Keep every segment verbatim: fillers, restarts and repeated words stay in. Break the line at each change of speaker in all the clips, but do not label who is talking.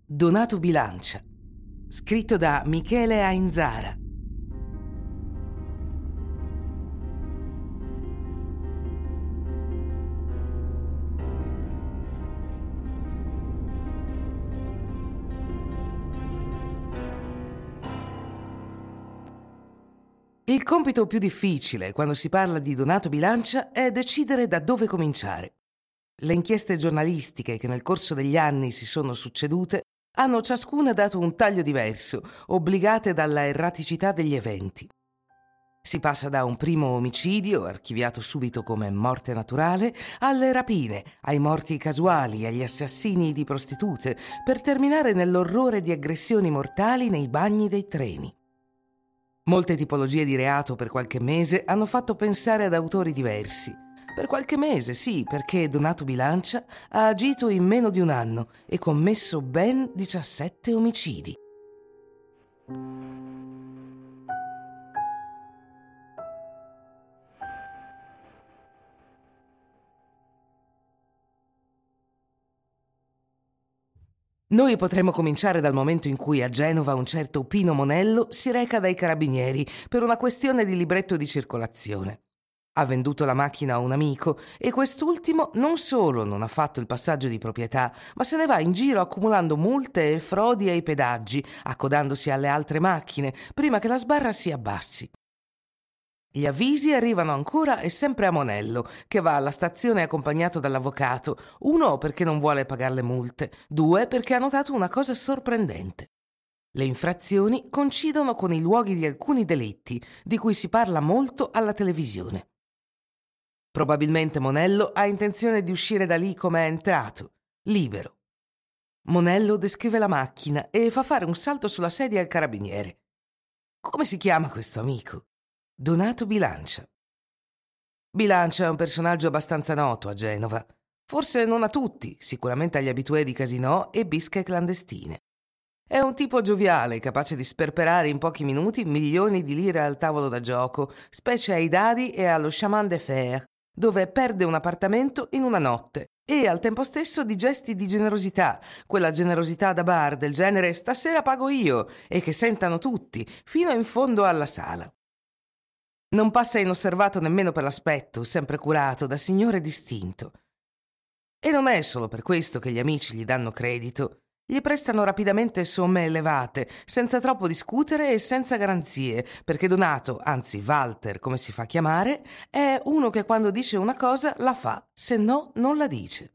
Donato Bilancia, scritto da Michele Ainzara. Il compito più difficile quando si parla di Donato Bilancia è decidere da dove cominciare. Le inchieste giornalistiche che nel corso degli anni si sono succedute hanno ciascuna dato un taglio diverso, obbligate dalla erraticità degli eventi. Si passa da un primo omicidio, archiviato subito come morte naturale, alle rapine, ai morti casuali, agli assassini di prostitute, per terminare nell'orrore di aggressioni mortali nei bagni dei treni. Molte tipologie di reato per qualche mese hanno fatto pensare ad autori diversi. Per qualche mese, sì, perché Donato Bilancia ha agito in meno di un anno e commesso ben diciassette omicidi. Noi potremmo cominciare dal momento in cui a Genova un certo Pino Monello si reca dai carabinieri per una questione di libretto di circolazione. Ha venduto la macchina a un amico e quest'ultimo non solo non ha fatto il passaggio di proprietà, ma se ne va in giro accumulando multe e frodi ai pedaggi, accodandosi alle altre macchine prima che la sbarra si abbassi. Gli avvisi arrivano ancora e sempre a Monello, che va alla stazione accompagnato dall'avvocato, uno perché non vuole pagare le multe, due perché ha notato una cosa sorprendente. Le infrazioni coincidono con i luoghi di alcuni delitti, di cui si parla molto alla televisione. Probabilmente Monello ha intenzione di uscire da lì come è entrato, libero. Monello descrive la macchina e fa fare un salto sulla sedia al carabiniere. Come si chiama questo amico? Donato Bilancia. Bilancia è un personaggio abbastanza noto a Genova. Forse non a tutti, sicuramente agli abitué di casinò e bische clandestine. È un tipo gioviale, capace di sperperare in pochi minuti milioni di lire al tavolo da gioco, specie ai dadi e allo chemin de fer, dove perde un appartamento in una notte, e al tempo stesso di gesti di generosità, quella generosità da bar del genere «stasera pago io» e che sentano tutti, fino in fondo alla sala. Non passa inosservato nemmeno per l'aspetto, sempre curato, da signore distinto. E non è solo per questo che gli amici gli danno credito. Gli prestano rapidamente somme elevate, senza troppo discutere e senza garanzie, perché Donato, anzi Walter, come si fa chiamare, è uno che quando dice una cosa la fa, se no non la dice.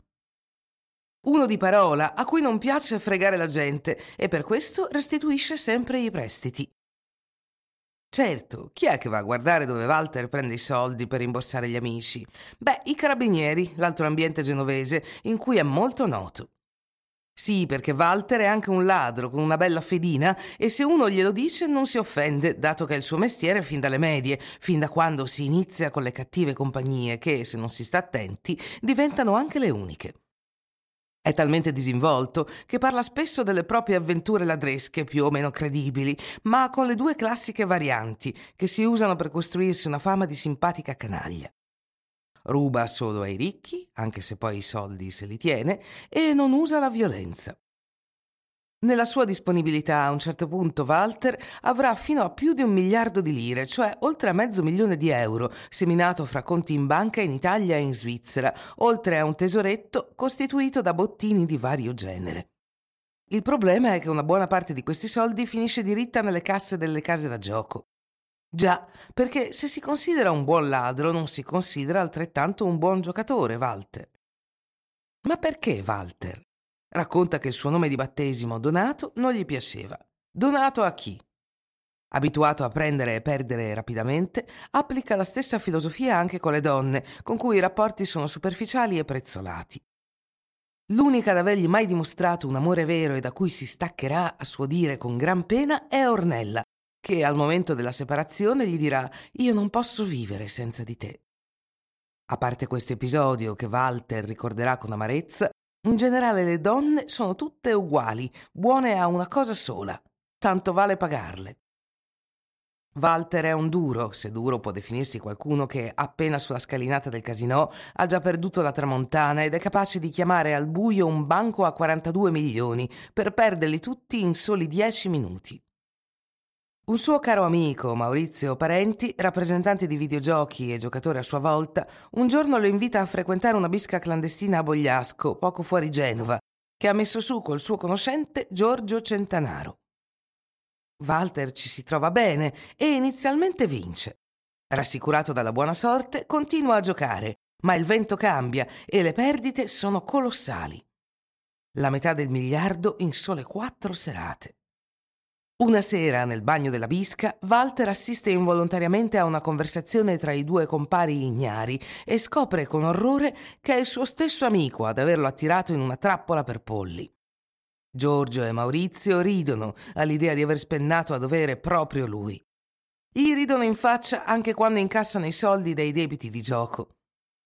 Uno di parola, a cui non piace fregare la gente, e per questo restituisce sempre i prestiti. Certo, chi è che va a guardare dove Walter prende i soldi per rimborsare gli amici? Beh, i carabinieri, l'altro ambiente genovese, in cui è molto noto. Sì, perché Walter è anche un ladro con una bella fedina e se uno glielo dice non si offende, dato che è il suo mestiere fin dalle medie, fin da quando si inizia con le cattive compagnie che, se non si sta attenti, diventano anche le uniche. È talmente disinvolto che parla spesso delle proprie avventure ladresche più o meno credibili, ma con le due classiche varianti che si usano per costruirsi una fama di simpatica canaglia. Ruba solo ai ricchi, anche se poi i soldi se li tiene, e non usa la violenza. Nella sua disponibilità a un certo punto Walter avrà fino a più di un miliardo di lire, cioè oltre a mezzo milione di euro, seminato fra conti in banca in Italia e in Svizzera, oltre a un tesoretto costituito da bottini di vario genere. Il problema è che una buona parte di questi soldi finisce diritta nelle casse delle case da gioco. Già, perché se si considera un buon ladro non si considera altrettanto un buon giocatore, Walter. Ma perché Walter? Racconta che il suo nome di battesimo, Donato, non gli piaceva. Donato a chi? Abituato a prendere e perdere rapidamente, applica la stessa filosofia anche con le donne, con cui i rapporti sono superficiali e prezzolati. L'unica ad avergli mai dimostrato un amore vero e da cui si staccherà, a suo dire, con gran pena, è Ornella, che al momento della separazione gli dirà «Io non posso vivere senza di te». A parte questo episodio che Walter ricorderà con amarezza, in generale le donne sono tutte uguali, buone a una cosa sola, tanto vale pagarle. Walter è un duro, se duro può definirsi qualcuno che, appena sulla scalinata del casinò, ha già perduto la tramontana ed è capace di chiamare al buio un banco a quarantadue milioni per perderli tutti in soli dieci minuti. Un suo caro amico, Maurizio Parenti, rappresentante di videogiochi e giocatore a sua volta, un giorno lo invita a frequentare una bisca clandestina a Bogliasco, poco fuori Genova, che ha messo su col suo conoscente Giorgio Centanaro. Walter ci si trova bene e inizialmente vince. Rassicurato dalla buona sorte, continua a giocare, ma il vento cambia e le perdite sono colossali. La metà del miliardo in sole quattro serate. Una sera, nel bagno della bisca, Walter assiste involontariamente a una conversazione tra i due compari ignari e scopre con orrore che è il suo stesso amico ad averlo attirato in una trappola per polli. Giorgio e Maurizio ridono all'idea di aver spennato a dovere proprio lui. Gli ridono in faccia anche quando incassano i soldi dei debiti di gioco.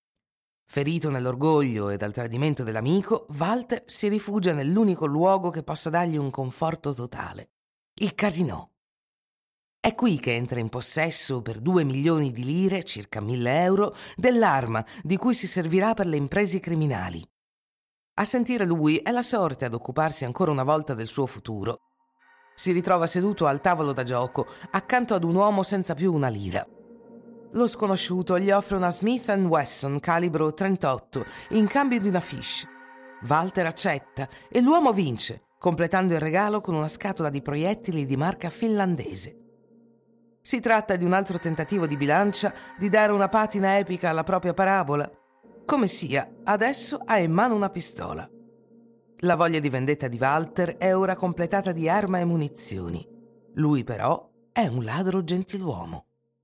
Ferito nell'orgoglio e dal tradimento dell'amico, Walter si rifugia nell'unico luogo che possa dargli un conforto totale: il casinò. È qui che entra in possesso per due milioni di lire, circa mille euro, dell'arma di cui si servirà per le imprese criminali. A sentire lui è la sorte ad occuparsi ancora una volta del suo futuro. Si ritrova seduto al tavolo da gioco, accanto ad un uomo senza più una lira. Lo sconosciuto gli offre una Smith and Wesson calibro trentotto in cambio di una fiche. Walter accetta e l'uomo vince, completando il regalo con una scatola di proiettili di marca finlandese. Si tratta di un altro tentativo di bilancia di dare una patina epica alla propria parabola. Come sia, adesso ha in mano una pistola. La voglia di vendetta di Walter è ora completata di arma e munizioni. Lui però è un ladro gentiluomo.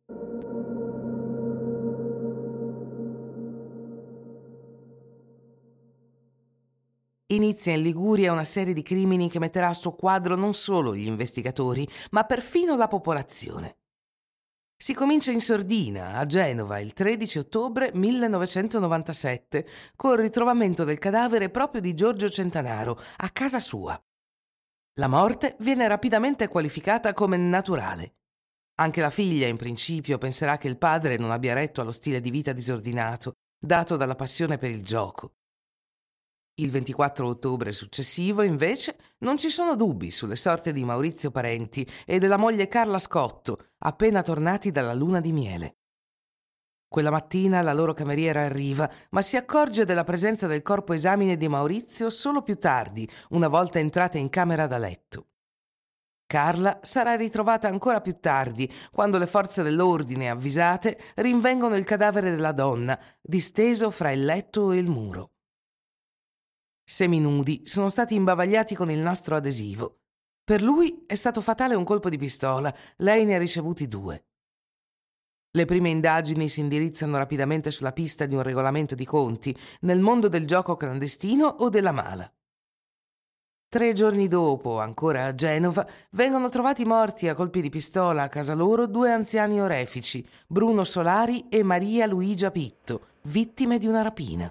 Inizia in Liguria una serie di crimini che metterà a suo quadro non solo gli investigatori, ma perfino la popolazione. Si comincia in sordina, a Genova, il tredici ottobre millenovecentonovantasette, col ritrovamento del cadavere proprio di Giorgio Centanaro, a casa sua. La morte viene rapidamente qualificata come naturale. Anche la figlia, in principio, penserà che il padre non abbia retto allo stile di vita disordinato, dato dalla passione per il gioco. Il ventiquattro ottobre successivo, invece, non ci sono dubbi sulle sorti di Maurizio Parenti e della moglie Carla Scotto, appena tornati dalla luna di miele. Quella mattina la loro cameriera arriva, ma si accorge della presenza del corpo esamine di Maurizio solo più tardi, una volta entrata in camera da letto. Carla sarà ritrovata ancora più tardi, quando le forze dell'ordine, avvisate, rinvengono il cadavere della donna, disteso fra il letto e il muro. Seminudi sono stati imbavagliati con il nastro adesivo. Per lui è stato fatale un colpo di pistola, lei ne ha ricevuti due. Le prime indagini si indirizzano rapidamente sulla pista di un regolamento di conti nel mondo del gioco clandestino o della mala. Tre giorni dopo, ancora a Genova, vengono trovati morti a colpi di pistola a casa loro due anziani orefici, Bruno Solari e Maria Luigia Pitto, vittime di una rapina.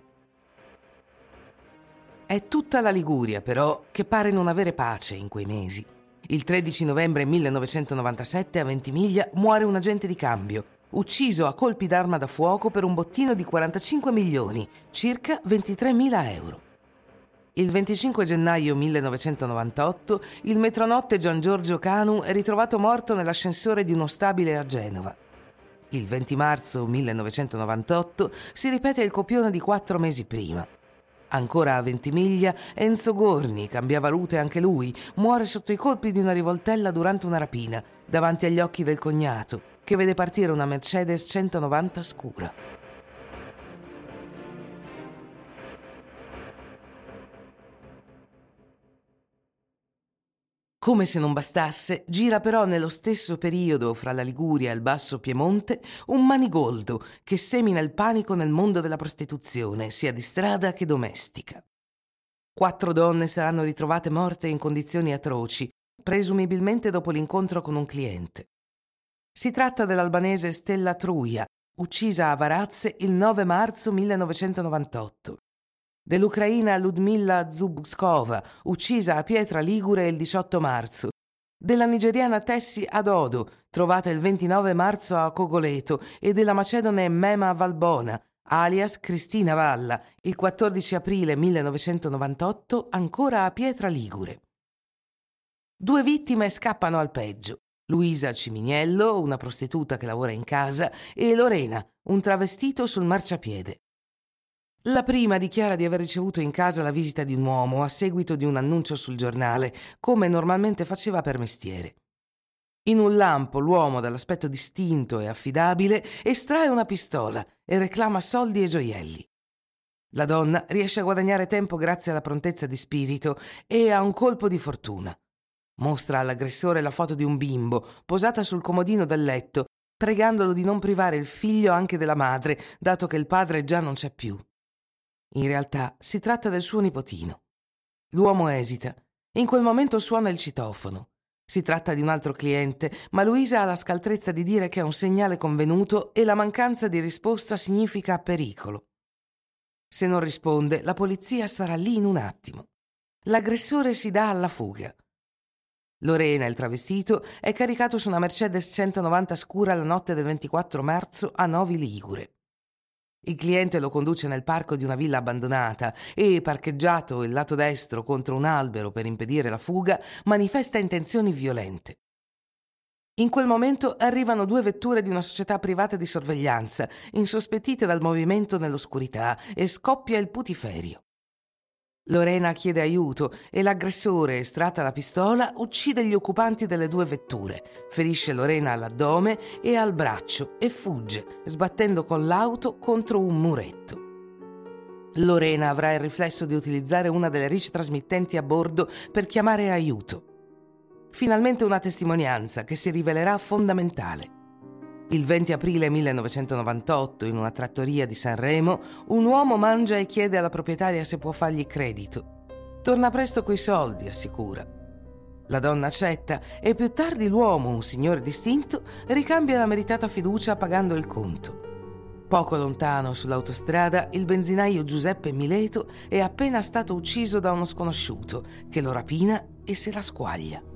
È tutta la Liguria, però, che pare non avere pace in quei mesi. Il tredici novembre millenovecentonovantasette a Ventimiglia muore un agente di cambio, ucciso a colpi d'arma da fuoco per un bottino di quarantacinque milioni, circa ventitremila euro. Il venticinque gennaio millenovecentonovantotto il metronotte Gian Giorgio Canu è ritrovato morto nell'ascensore di uno stabile a Genova. Il venti marzo millenovecentonovantotto si ripete il copione di quattro mesi prima. Ancora a Ventimiglia, Enzo Gorni, cambiava lute anche lui, muore sotto i colpi di una rivoltella durante una rapina, davanti agli occhi del cognato, che vede partire una Mercedes centonovanta scura. Come se non bastasse, gira però nello stesso periodo fra la Liguria e il Basso Piemonte un manigoldo che semina il panico nel mondo della prostituzione, sia di strada che domestica. Quattro donne saranno ritrovate morte in condizioni atroci, presumibilmente dopo l'incontro con un cliente. Si tratta dell'albanese Stella Truia, uccisa a Varazze il nove marzo millenovecentonovantotto. Dell'ucraina Ludmilla Zubskova, uccisa a Pietra Ligure il diciotto marzo, della nigeriana Tessie Adodo, trovata il ventinove marzo a Cogoleto, e della macedone Mema Valbona, alias Cristina Valla, il quattordici aprile millenovecentonovantotto, ancora a Pietra Ligure. Due vittime scappano al peggio: Luisa Ciminiello, una prostituta che lavora in casa, e Lorena, un travestito sul marciapiede. La prima dichiara di aver ricevuto in casa la visita di un uomo a seguito di un annuncio sul giornale, come normalmente faceva per mestiere. In un lampo l'uomo, dall'aspetto distinto e affidabile, estrae una pistola e reclama soldi e gioielli. La donna riesce a guadagnare tempo grazie alla prontezza di spirito e a un colpo di fortuna. Mostra all'aggressore la foto di un bimbo posata sul comodino del letto, pregandolo di non privare il figlio anche della madre, dato che il padre già non c'è più. In realtà si tratta del suo nipotino. L'uomo esita. In quel momento suona il citofono. Si tratta di un altro cliente, ma Luisa ha la scaltrezza di dire che è un segnale convenuto e la mancanza di risposta significa pericolo. Se non risponde, la polizia sarà lì in un attimo. L'aggressore si dà alla fuga. Lorena, il travestito, è caricato su una Mercedes centonovanta scura la notte del ventiquattro marzo a Novi Ligure. Il cliente lo conduce nel parco di una villa abbandonata e, parcheggiato il lato destro contro un albero per impedire la fuga, manifesta intenzioni violente. In quel momento arrivano due vetture di una società privata di sorveglianza, insospettite dal movimento nell'oscurità, e scoppia il putiferio. Lorena chiede aiuto e l'aggressore, estratta la pistola, uccide gli occupanti delle due vetture, ferisce Lorena all'addome e al braccio e fugge, sbattendo con l'auto contro un muretto. Lorena avrà il riflesso di utilizzare una delle ricetrasmittenti a bordo per chiamare aiuto. Finalmente una testimonianza che si rivelerà fondamentale. Il venti aprile millenovecentonovantotto, in una trattoria di Sanremo, un uomo mangia e chiede alla proprietaria se può fargli credito. Torna presto coi soldi, assicura. La donna accetta e più tardi l'uomo, un signore distinto, ricambia la meritata fiducia pagando il conto. Poco lontano, sull'autostrada, il benzinaio Giuseppe Mileto è appena stato ucciso da uno sconosciuto che lo rapina e se la squaglia.